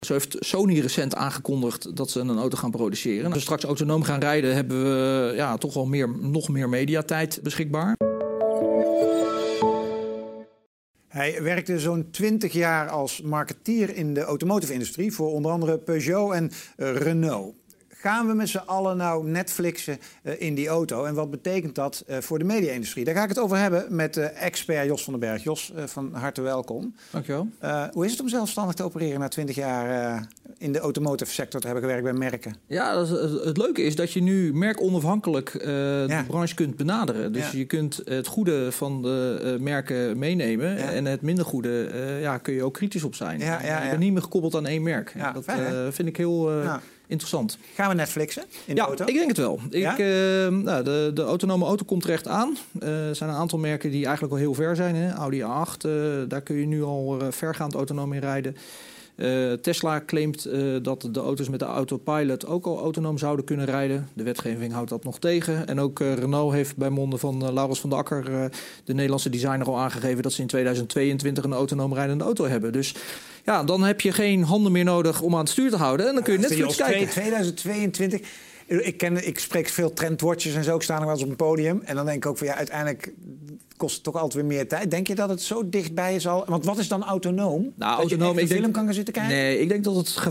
Zo heeft Sony recent aangekondigd dat ze een auto gaan produceren. Als we straks autonoom gaan rijden, hebben we toch wel nog meer mediatijd beschikbaar. Hij werkte zo'n 20 jaar als marketeer in de automotive-industrie voor onder andere Peugeot en Renault. Gaan we met z'n allen nou Netflixen in die auto? En wat betekent dat voor de media-industrie? Daar ga ik het over hebben met expert Jos van den Berg. Jos, van harte welkom. Dankjewel. Hoe is het om zelfstandig te opereren na 20 jaar in de automotive sector te hebben gewerkt bij merken? Ja, het leuke is dat je nu merkonafhankelijk de branche kunt benaderen. Dus je kunt het goede van de merken meenemen en het minder goede kun je ook kritisch op zijn. Je bent niet meer gekoppeld aan één merk. Dat vind ik heel... interessant. Gaan we Netflixen in de auto? Ik denk het wel. De autonome auto komt er echt aan. Er zijn een aantal merken die eigenlijk al heel ver zijn. Hè? Audi A8, daar kun je nu al vergaand autonoom in rijden. Tesla claimt dat de auto's met de autopilot ook al autonoom zouden kunnen rijden. De wetgeving houdt dat nog tegen. En ook Renault heeft bij monden van Laurens van der Akker, de Nederlandse designer, al aangegeven dat ze in 2022 een autonoom rijdende auto hebben. Dus ja, dan heb je geen handen meer nodig om aan het stuur te houden. En dan kun je Netflix kijken. 2022... Ik spreek veel trendwatchers en zo. Ik sta nog wel eens op een podium. En dan denk ik ook van uiteindelijk kost het toch altijd weer meer tijd. Denk je dat het zo dichtbij is al? Want wat is dan autonoom? Nou, autonoom, ik film kan gaan zitten kijken? Nee, ik denk dat het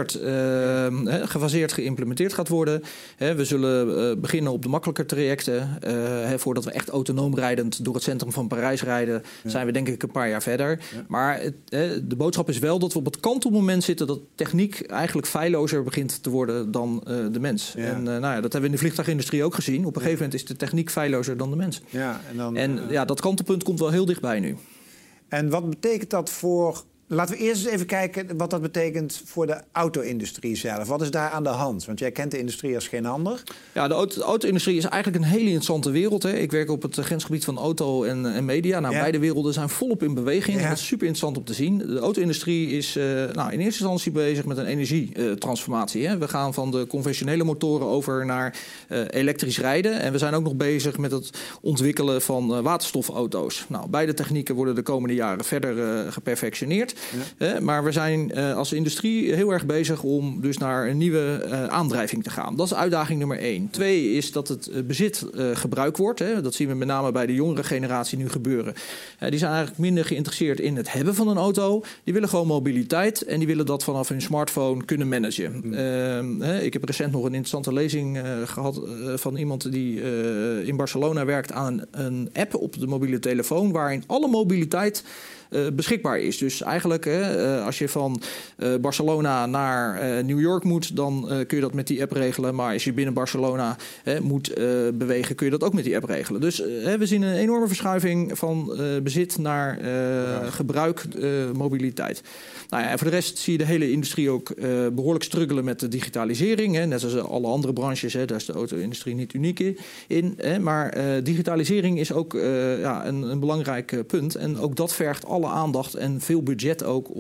gefaseerd geïmplementeerd gaat worden. We zullen beginnen op de makkelijker trajecten. Voordat we echt autonoom rijdend door het centrum van Parijs rijden, zijn we denk ik een paar jaar verder. Ja. Maar de boodschap is wel dat we op het kantelmoment zitten dat techniek eigenlijk feillozer begint te worden dan de mens. Ja. En dat hebben we in de vliegtuigindustrie ook gezien. Op een gegeven moment is de techniek feillozer dan de mens. Ja, dat kantelpunt komt wel heel dichtbij nu. En wat betekent dat voor... Laten we eerst eens even kijken wat dat betekent voor de auto-industrie zelf. Wat is daar aan de hand? Want jij kent de industrie als geen ander. Ja, de auto-industrie is eigenlijk een hele interessante wereld. Hè. Ik werk op het grensgebied van auto en media. Beide werelden zijn volop in beweging. Ja. Dat is super interessant om te zien. De auto-industrie is in eerste instantie bezig met een energietransformatie. We gaan van de conventionele motoren over naar elektrisch rijden. En we zijn ook nog bezig met het ontwikkelen van waterstofauto's. Beide technieken worden de komende jaren verder geperfectioneerd. Ja. Maar we zijn als industrie heel erg bezig om dus naar een nieuwe aandrijving te gaan. Dat is uitdaging nummer 1. 2 is dat het bezit gebruikt wordt. Dat zien we met name bij de jongere generatie nu gebeuren. Die zijn eigenlijk minder geïnteresseerd in het hebben van een auto. Die willen gewoon mobiliteit en die willen dat vanaf hun smartphone kunnen managen. Ik heb recent nog een interessante lezing gehad van iemand die in Barcelona werkt aan een app op de mobiele telefoon waarin alle mobiliteit beschikbaar is. Dus eigenlijk, als je van Barcelona naar New York moet, dan kun je dat met die app regelen. Maar als je binnen Barcelona moet bewegen, kun je dat ook met die app regelen. Dus we zien een enorme verschuiving van bezit naar gebruik, mobiliteit. En voor de rest zie je de hele industrie ook behoorlijk struggelen met de digitalisering. Net als alle andere branches, daar is de auto-industrie niet uniek in. Maar digitalisering is ook een belangrijk punt. En ook dat vergt alle aandacht en veel budget ook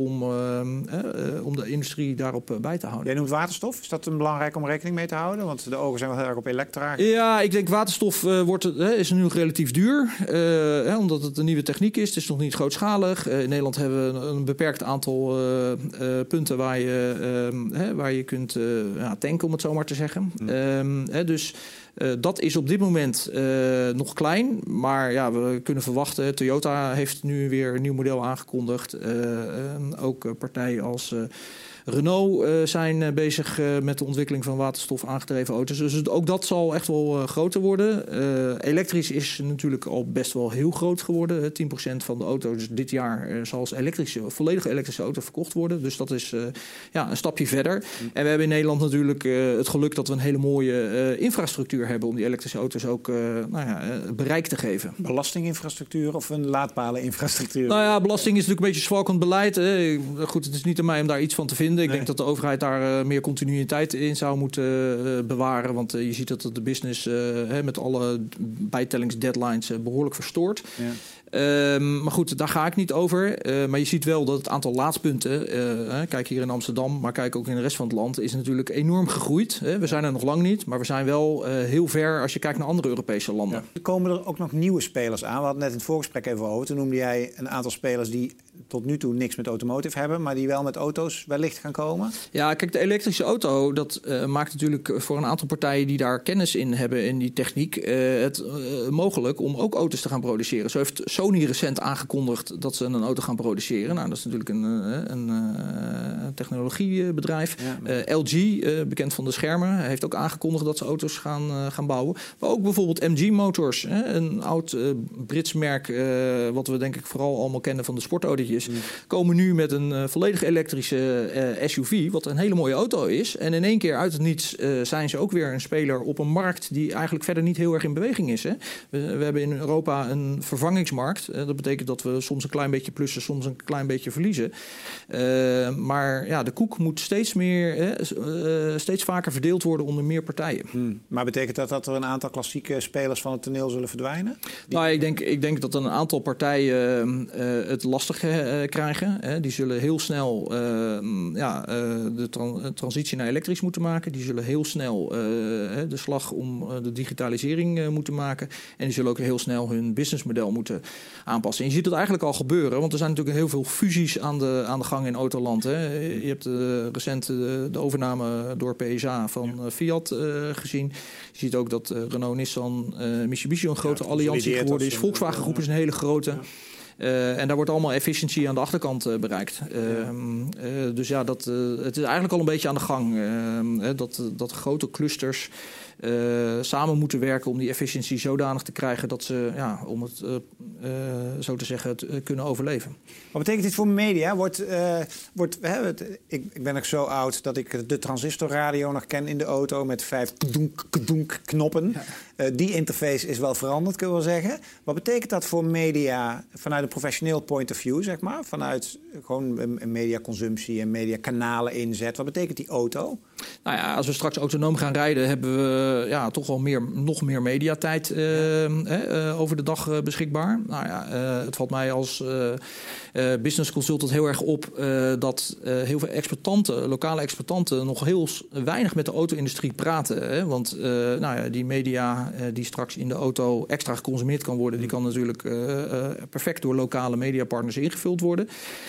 om de industrie daarop bij te houden. Jij noemt waterstof. Is dat belangrijk om rekening mee te houden? Want de ogen zijn wel heel erg op elektra. Ja, ik denk waterstof is nu nog relatief duur. Omdat het een nieuwe techniek is. Het is nog niet grootschalig. In Nederland hebben we een beperkt aantal punten waar je kunt tanken, om het zo maar te zeggen. Dus dat is op dit moment nog klein. Maar we kunnen verwachten. Toyota heeft nu weer een nieuw model aangekondigd. Ook partijen als Renault zijn bezig met de ontwikkeling van waterstof aangedreven auto's. Dus ook dat zal echt wel groter worden. Elektrisch is natuurlijk al best wel heel groot geworden. 10% van de auto's dit jaar zal als volledig elektrische auto verkocht worden. Dus dat is een stapje verder. En we hebben in Nederland natuurlijk het geluk dat we een hele mooie infrastructuur hebben om die elektrische auto's ook bereik te geven. Belastinginfrastructuur of een laadpaleninfrastructuur? Belasting is natuurlijk een beetje zwalkend beleid. Goed, het is niet aan mij om daar iets van te vinden. Ik denk dat de overheid daar meer continuïteit in zou moeten bewaren. Want je ziet dat de business met alle bijtellingsdeadlines behoorlijk verstoort. Ja. Maar goed, daar ga ik niet over. Maar je ziet wel dat het aantal laadpunten, kijk hier in Amsterdam, maar kijk ook in de rest van het land, is natuurlijk enorm gegroeid. We zijn er nog lang niet, maar we zijn wel heel ver als je kijkt naar andere Europese landen. Ja. Komen er ook nog nieuwe spelers aan? We hadden net in het voorgesprek even over. Toen noemde jij een aantal spelers die tot nu toe niks met automotive hebben, maar die wel met auto's wellicht gaan komen? Ja, kijk, de elektrische auto, dat maakt natuurlijk voor een aantal partijen die daar kennis in hebben in die techniek, het mogelijk om ook auto's te gaan produceren. Zo heeft Sony recent aangekondigd dat ze een auto gaan produceren. Nou, dat is natuurlijk een technologiebedrijf. Ja, LG, bekend van de schermen, heeft ook aangekondigd dat ze auto's gaan bouwen. Maar ook bijvoorbeeld MG Motors, een oud Brits merk, wat we denk ik vooral allemaal kennen van de sportautootjes, komen nu met een volledig elektrische SUV, wat een hele mooie auto is. En in één keer uit het niets zijn ze ook weer een speler op een markt die eigenlijk verder niet heel erg in beweging is. Hè. We hebben in Europa een vervangingsmarkt. Dat betekent dat we soms een klein beetje plussen, soms een klein beetje verliezen. Maar ja, de koek moet steeds vaker verdeeld worden onder meer partijen. Maar betekent dat er een aantal klassieke spelers van het toneel zullen verdwijnen? Nou, ik denk dat een aantal partijen het lastig krijgen. Die zullen heel snel de transitie naar elektrisch moeten maken. Die zullen heel snel de slag om de digitalisering moeten maken. En die zullen ook heel snel hun businessmodel moeten aanpassen. En je ziet het eigenlijk al gebeuren, want er zijn natuurlijk heel veel fusies aan de gang in autoland. Hè. Je hebt recent de overname door PSA van Fiat gezien. Je ziet ook dat Renault, Nissan, Mitsubishi een grote alliantie geworden is. Volkswagen Groep is een hele grote. Ja. En daar wordt allemaal efficiëntie aan de achterkant bereikt. Dus ja, het is eigenlijk al een beetje aan de gang. Dat grote clusters samen moeten werken om die efficiëntie zodanig te krijgen dat ze, om het zo te zeggen, het kunnen overleven. Wat betekent dit voor media? Ik ben nog zo oud dat ik de transistorradio nog ken in de auto met 5 kdonk knoppen. Ja. Die interface is wel veranderd, kunnen we wel zeggen. Wat betekent dat voor media vanuit een professioneel point of view, zeg maar? Vanuit gewoon mediaconsumptie en mediakanalen inzet. Wat betekent die auto? Nou ja, als we straks autonoom gaan rijden, hebben we toch wel nog meer mediatijd over de dag beschikbaar. Nou ja, het valt mij als business consultant heel erg op dat heel veel lokale exploitanten nog heel weinig met de auto-industrie praten. Hè? Want die media die straks in de auto extra geconsumeerd kan worden, die kan natuurlijk perfect door lokale mediapartners ingevuld worden.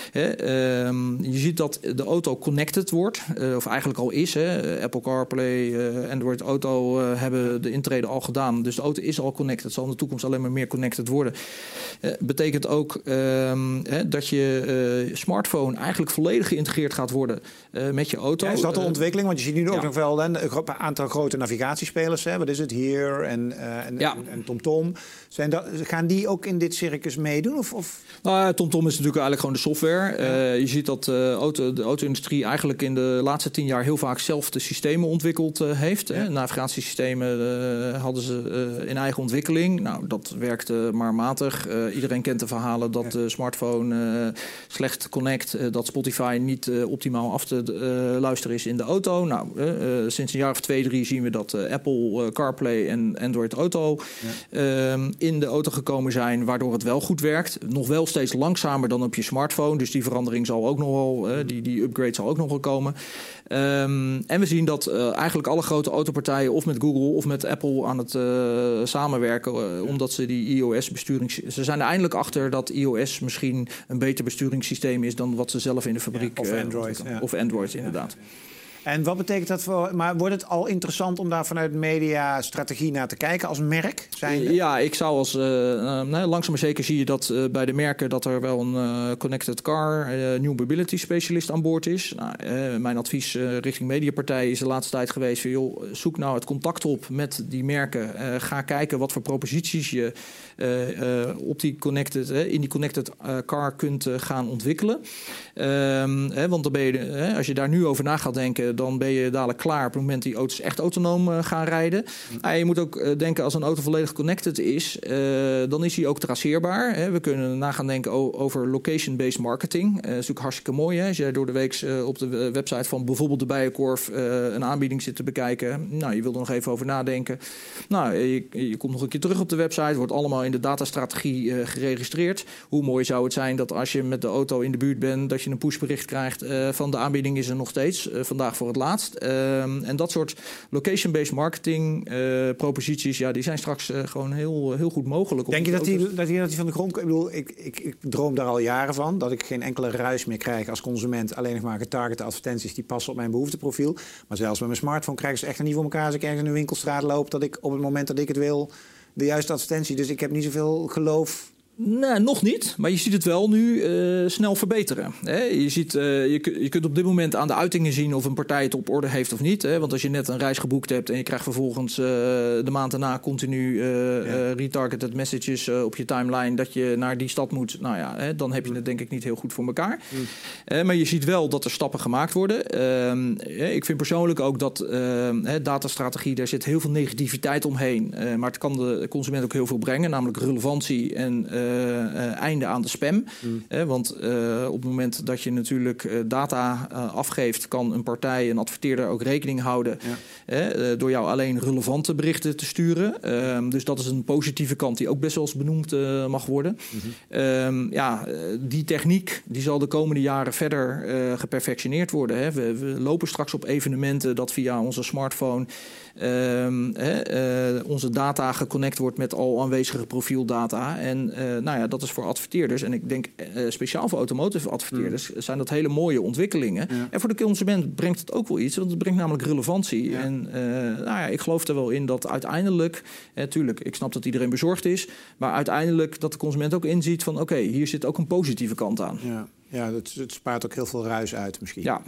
Je ziet dat de auto connected wordt, of eigenlijk al is. Apple CarPlay, Android Auto hebben de intrede al gedaan. Dus de auto is al connected. Het zal in de toekomst alleen maar meer connected worden. Betekent ook dat je smartphone eigenlijk volledig geïntegreerd gaat worden met je auto. Ja, is dat de ontwikkeling? Want je ziet nu ook nog wel een aantal grote navigatiespelers. Wat is het? Here en TomTom. Gaan die ook in dit circus meedoen? Nou, TomTom is natuurlijk eigenlijk gewoon de software. Je ziet dat de auto-industrie eigenlijk in de laatste 10 jaar heel vaak zelf de systemen ontwikkeld heeft. Ja. Navigatiesystemen hadden ze in eigen ontwikkeling. Nou, dat werkte maar matig. Iedereen kent de verhalen dat de smartphone slecht connect, dat Spotify niet optimaal af te luisteren is in de auto. Nou, sinds een jaar of 2, 3 zien we dat Apple CarPlay en Android Auto in de auto gekomen zijn, waardoor het wel goed werkt. Nog wel steeds langzamer dan op je smartphone. Dus die verandering zal ook nog wel, die upgrade zal ook nog wel komen. En we zien dat eigenlijk alle grote autopartijen of met Google of met Apple aan het samenwerken, omdat ze die iOS-ze zijn er eindelijk achter dat iOS misschien een beter besturingssysteem is dan wat ze zelf in de fabriek... of Android. Of Android, inderdaad. En wat betekent dat voor... Maar wordt het al interessant om daar vanuit mediastrategie naar te kijken als merk? Ja, ik zou als... langzaam maar zeker zie je dat bij de merken dat er wel een connected car, new mobility specialist aan boord is. Nou, mijn advies richting mediapartijen is de laatste tijd geweest van, joh, zoek nou het contact op met die merken. Ga kijken wat voor proposities je op die in die connected car kunt gaan ontwikkelen. Want dan ben je, als je daar nu over na gaat denken, dan ben je dadelijk klaar op het moment die auto's echt autonoom gaan rijden. Je moet ook denken, als een auto volledig connected is, dan is die ook traceerbaar. We kunnen na gaan denken over location-based marketing. Dat is natuurlijk hartstikke mooi. Als jij door de week op de website van bijvoorbeeld de Bijenkorf een aanbieding zit te bekijken. Nou, je wil er nog even over nadenken. Nou, je komt nog een keer terug op de website. Wordt allemaal in de datastrategie geregistreerd. Hoe mooi zou het zijn dat als je met de auto in de buurt bent, dat je een pushbericht krijgt van de aanbieding is er nog steeds. Vandaag voor voor het laatst. En dat soort location-based marketing proposities, ja, die zijn straks gewoon heel goed mogelijk. Denk je dat die van de grond... Ik bedoel, ik droom daar al jaren van, dat ik geen enkele ruis meer krijg als consument. Alleen nog maar getargete advertenties die passen op mijn behoefteprofiel. Maar zelfs met mijn smartphone krijg ik ze echt niet voor elkaar als ik ergens in een winkelstraat loop, dat ik op het moment dat ik het wil, de juiste advertentie. Dus ik heb niet zoveel geloof. Nee, nog niet. Maar je ziet het wel nu snel verbeteren. Hè? Je kunt op dit moment aan de uitingen zien of een partij het op orde heeft of niet. Hè? Want als je net een reis geboekt hebt en je krijgt vervolgens de maand daarna continu retargeted messages op je timeline dat je naar die stad moet. Nou ja, hè, dan heb je het denk ik niet heel goed voor elkaar. Maar je ziet wel dat er stappen gemaakt worden. Ik vind persoonlijk ook dat datastrategie, daar zit heel veel negativiteit omheen. Maar het kan de consument ook heel veel brengen, namelijk relevantie en einde aan de spam. Want op het moment dat je natuurlijk data afgeeft, kan een partij, een adverteerder ook rekening houden door jou alleen relevante berichten te sturen. Dus dat is een positieve kant die ook best wel eens benoemd mag worden. Die techniek die zal de komende jaren verder geperfectioneerd worden. Hè. We lopen straks op evenementen dat via onze smartphone onze data geconnect wordt met al aanwezige profieldata. En dat is voor adverteerders. En ik denk speciaal voor automotive adverteerders zijn dat hele mooie ontwikkelingen. Ja. En voor de consument brengt het ook wel iets. Want het brengt namelijk relevantie. Ja. En ik geloof er wel in dat uiteindelijk, tuurlijk, ik snap dat iedereen bezorgd is. Maar uiteindelijk dat de consument ook inziet van oké, hier zit ook een positieve kant aan. Ja. Ja, het spaart ook heel veel ruis uit misschien. Ja.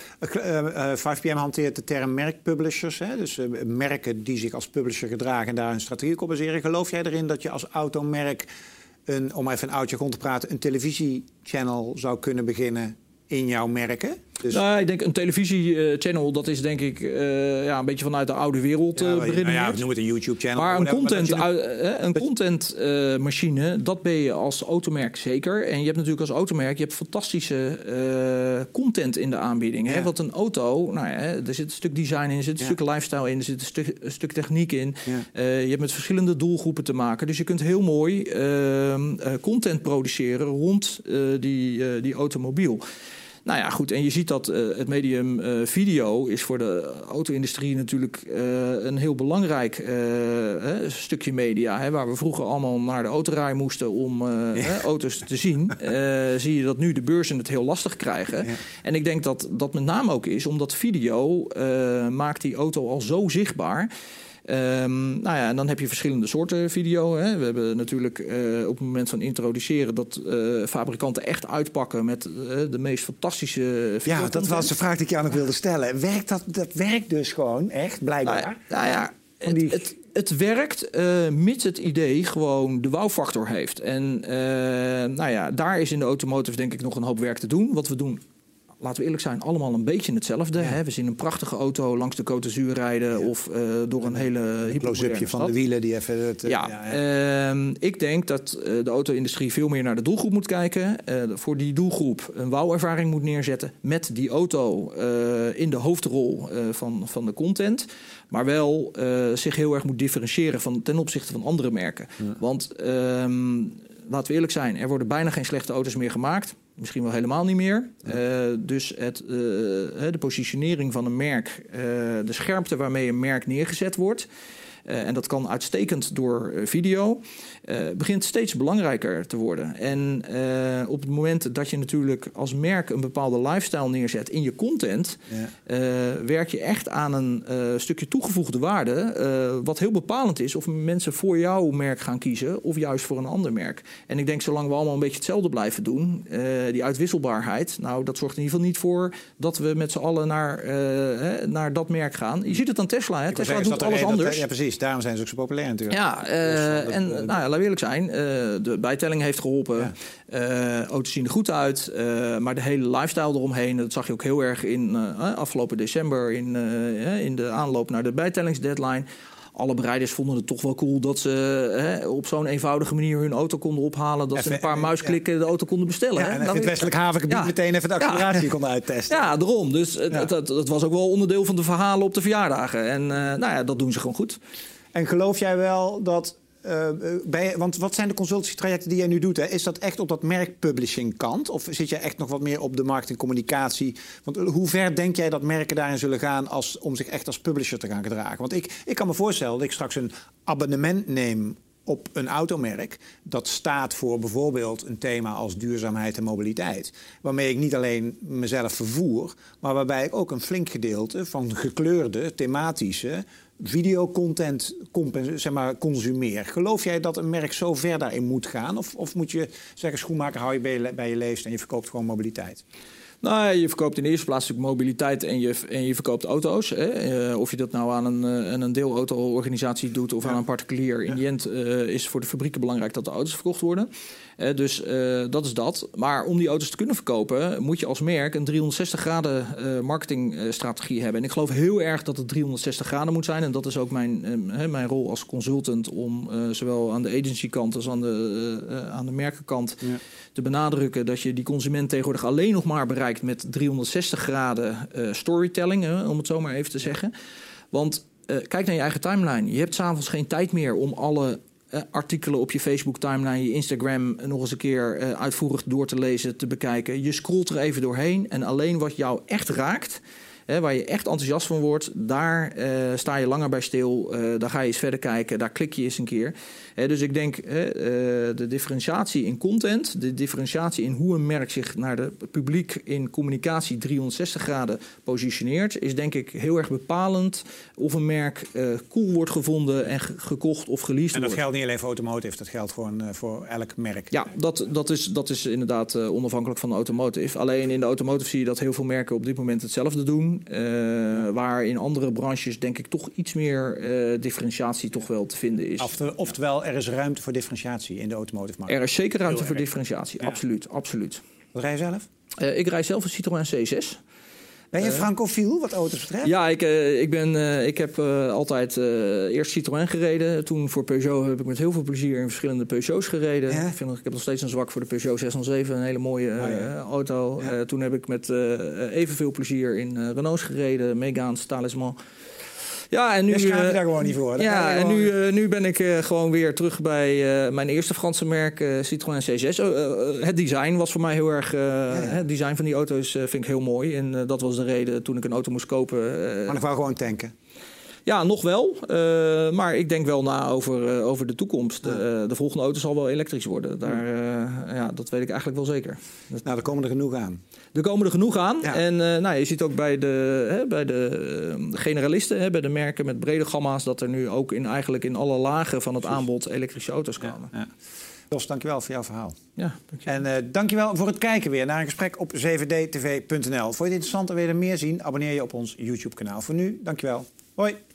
5PM hanteert de term merkpublishers. Hè? Dus merken die zich als publisher gedragen en daar een strategie op baseren. Geloof jij erin dat je als automerk, om even een oud jargon te praten, een televisiechannel zou kunnen beginnen in jouw merken? Dus... ik denk een televisiechannel, dat is denk ik een beetje vanuit de oude wereld beredeneerd. Noem het een YouTube-channel. Maar een contentmachine, dat ben je als automerk zeker. En je hebt natuurlijk als automerk, je hebt fantastische content in de aanbieding. Ja. Hè? Want een auto, er zit een stuk design in, er zit een stuk lifestyle in, er zit een stuk techniek in. Ja. Je hebt met verschillende doelgroepen te maken. Dus je kunt heel mooi content produceren rond die automobiel. Nou ja, goed. En je ziet dat het medium video is voor de auto-industrie natuurlijk een heel belangrijk stukje media. Hè, waar we vroeger allemaal naar de autorij moesten om auto's te zien. Zie je dat nu de beurzen het heel lastig krijgen. Ja. En ik denk dat dat met name ook is omdat video maakt die auto al zo zichtbaar. En dan heb je verschillende soorten video. Hè. We hebben natuurlijk op het moment van introduceren dat fabrikanten echt uitpakken met de meest fantastische video. Ja, dat was de vraag die ik jou nog wilde stellen. Werkt dat werkt dus gewoon echt, blijkbaar? Het werkt, mits het idee gewoon de wow-factor heeft. En daar is in de automotive denk ik nog een hoop werk te doen. Wat we doen, laten we eerlijk zijn, allemaal een beetje hetzelfde. Ja. Hè? We zien een prachtige auto langs de Côte d'Azur rijden of door een hele close-upje van de wielen die even... Ik denk dat de auto-industrie veel meer naar de doelgroep moet kijken. Voor die doelgroep een wow-ervaring moet neerzetten met die auto in de hoofdrol van de content. Maar wel zich heel erg moet differentiëren ten opzichte van andere merken. Ja. Want laten we eerlijk zijn, er worden bijna geen slechte auto's meer gemaakt. Misschien wel helemaal niet meer. Dus de positionering van een merk, de scherpte waarmee een merk neergezet wordt, en dat kan uitstekend door video, begint steeds belangrijker te worden. En op het moment dat je natuurlijk als merk een bepaalde lifestyle neerzet in je content, werk je echt aan een stukje toegevoegde waarde, wat heel bepalend is of mensen voor jouw merk gaan kiezen of juist voor een ander merk. En ik denk, zolang we allemaal een beetje hetzelfde blijven doen, die uitwisselbaarheid, dat zorgt in ieder geval niet voor dat we met z'n allen naar dat merk gaan. Je ziet het aan Tesla. Hè? Tesla doet alles anders. Ja, precies. Daarom zijn ze ook zo populair natuurlijk. Ja, laten we eerlijk zijn. De bijtelling heeft geholpen. Ja. Auto's zien er goed uit. Maar de hele lifestyle eromheen, dat zag je ook heel erg in afgelopen december in de aanloop naar de bijtellingsdeadline. Alle bereiders vonden het toch wel cool dat ze op zo'n eenvoudige manier hun auto konden ophalen. Dat ze een paar muisklikken de auto konden bestellen. Ja, en in het westelijk havengebied meteen even de acceleratie konden uittesten. Ja, daarom. Dus dat was ook wel onderdeel van de verhalen op de verjaardagen. En dat doen ze gewoon goed. En geloof jij wel dat Want wat zijn de consultancy-trajecten die jij nu doet? Hè? Is dat echt op dat merkpublishing kant? Of zit jij echt nog wat meer op de markt en communicatie? Want hoe ver denk jij dat merken daarin zullen gaan om zich echt als publisher te gaan gedragen? Want ik kan me voorstellen dat ik straks een abonnement neem op een automerk dat staat voor bijvoorbeeld een thema als duurzaamheid en mobiliteit. Waarmee ik niet alleen mezelf vervoer, maar waarbij ik ook een flink gedeelte van gekleurde, thematische videocontent consumeer. Geloof jij dat een merk zo ver daarin moet gaan? Of moet je zeggen, schoenmaker, hou je bij je leest en je verkoopt gewoon mobiliteit? Nou, je verkoopt in de eerste plaats natuurlijk mobiliteit en je verkoopt auto's. Hè. Of je dat nou aan een deelauto-organisatie doet of aan een particulier. In die end is voor de fabrieken belangrijk dat de auto's verkocht worden. Dus dat is dat. Maar om die auto's te kunnen verkopen, moet je als merk een 360 graden marketingstrategie hebben. En ik geloof heel erg dat het 360 graden moet zijn. En dat is ook mijn rol als consultant om zowel aan de agency-kant als aan de merkenkant te benadrukken dat je die consument tegenwoordig alleen nog maar bereikt met 360 graden storytelling, om het zo maar even te zeggen. Want kijk naar je eigen timeline. Je hebt 's avonds geen tijd meer om alle artikelen op je Facebook-timeline, je Instagram nog eens een keer uitvoerig door te lezen, te bekijken. Je scrolt er even doorheen en alleen wat jou echt raakt, waar je echt enthousiast van wordt, daar sta je langer bij stil. Daar ga je eens verder kijken, daar klik je eens een keer. Dus ik denk, de differentiatie in content, de differentiatie in hoe een merk zich naar de publiek in communicatie 360 graden positioneert, is denk ik heel erg bepalend of een merk cool wordt gevonden en gekocht of geleased wordt. En dat geldt niet alleen voor automotive, dat geldt gewoon voor elk merk. Ja, dat is inderdaad onafhankelijk van de automotive. Alleen in de automotive zie je dat heel veel merken op dit moment hetzelfde doen. Waar in andere branches denk ik toch iets meer differentiatie toch wel te vinden is. Oftewel, er is ruimte voor differentiatie in de automotive markt. Er is zeker ruimte voor differentiatie, absoluut. Wat rij je zelf? Ik rij zelf een Citroën C6. Ben je francofiel wat auto's betreft? Ja, ik heb altijd eerst Citroën gereden. Toen voor Peugeot heb ik met heel veel plezier in verschillende Peugeots gereden. Ja? Ik heb nog steeds een zwak voor de Peugeot 607, een hele mooie auto. Ja. Toen heb ik met evenveel plezier in Renaults gereden, Mégane, Talisman. Ja, en nu je schaamt je daar gewoon niet voor. Ja, en nu ben ik gewoon weer terug bij mijn eerste Franse merk, Citroën C6. Het design was voor mij heel erg... Het design van die auto's vind ik heel mooi. En dat was de reden toen ik een auto moest kopen. Maar nog wel gewoon tanken? Ja, nog wel. Maar ik denk wel na over de toekomst. De volgende auto zal wel elektrisch worden. Dat weet ik eigenlijk wel zeker. Nou, er komen er genoeg aan. Er komen er genoeg aan. Ja. En je ziet ook bij de generalisten, bij de merken met brede gamma's, dat er nu ook eigenlijk in alle lagen van het aanbod elektrische auto's komen. Ja. Jos, dankjewel voor jouw verhaal. Ja, dankjewel. En dankjewel voor het kijken weer naar een gesprek op 7dtv.nl. Vond je het interessant en wil je er meer zien? Abonneer je op ons YouTube-kanaal. Voor nu, dankjewel. Hoi.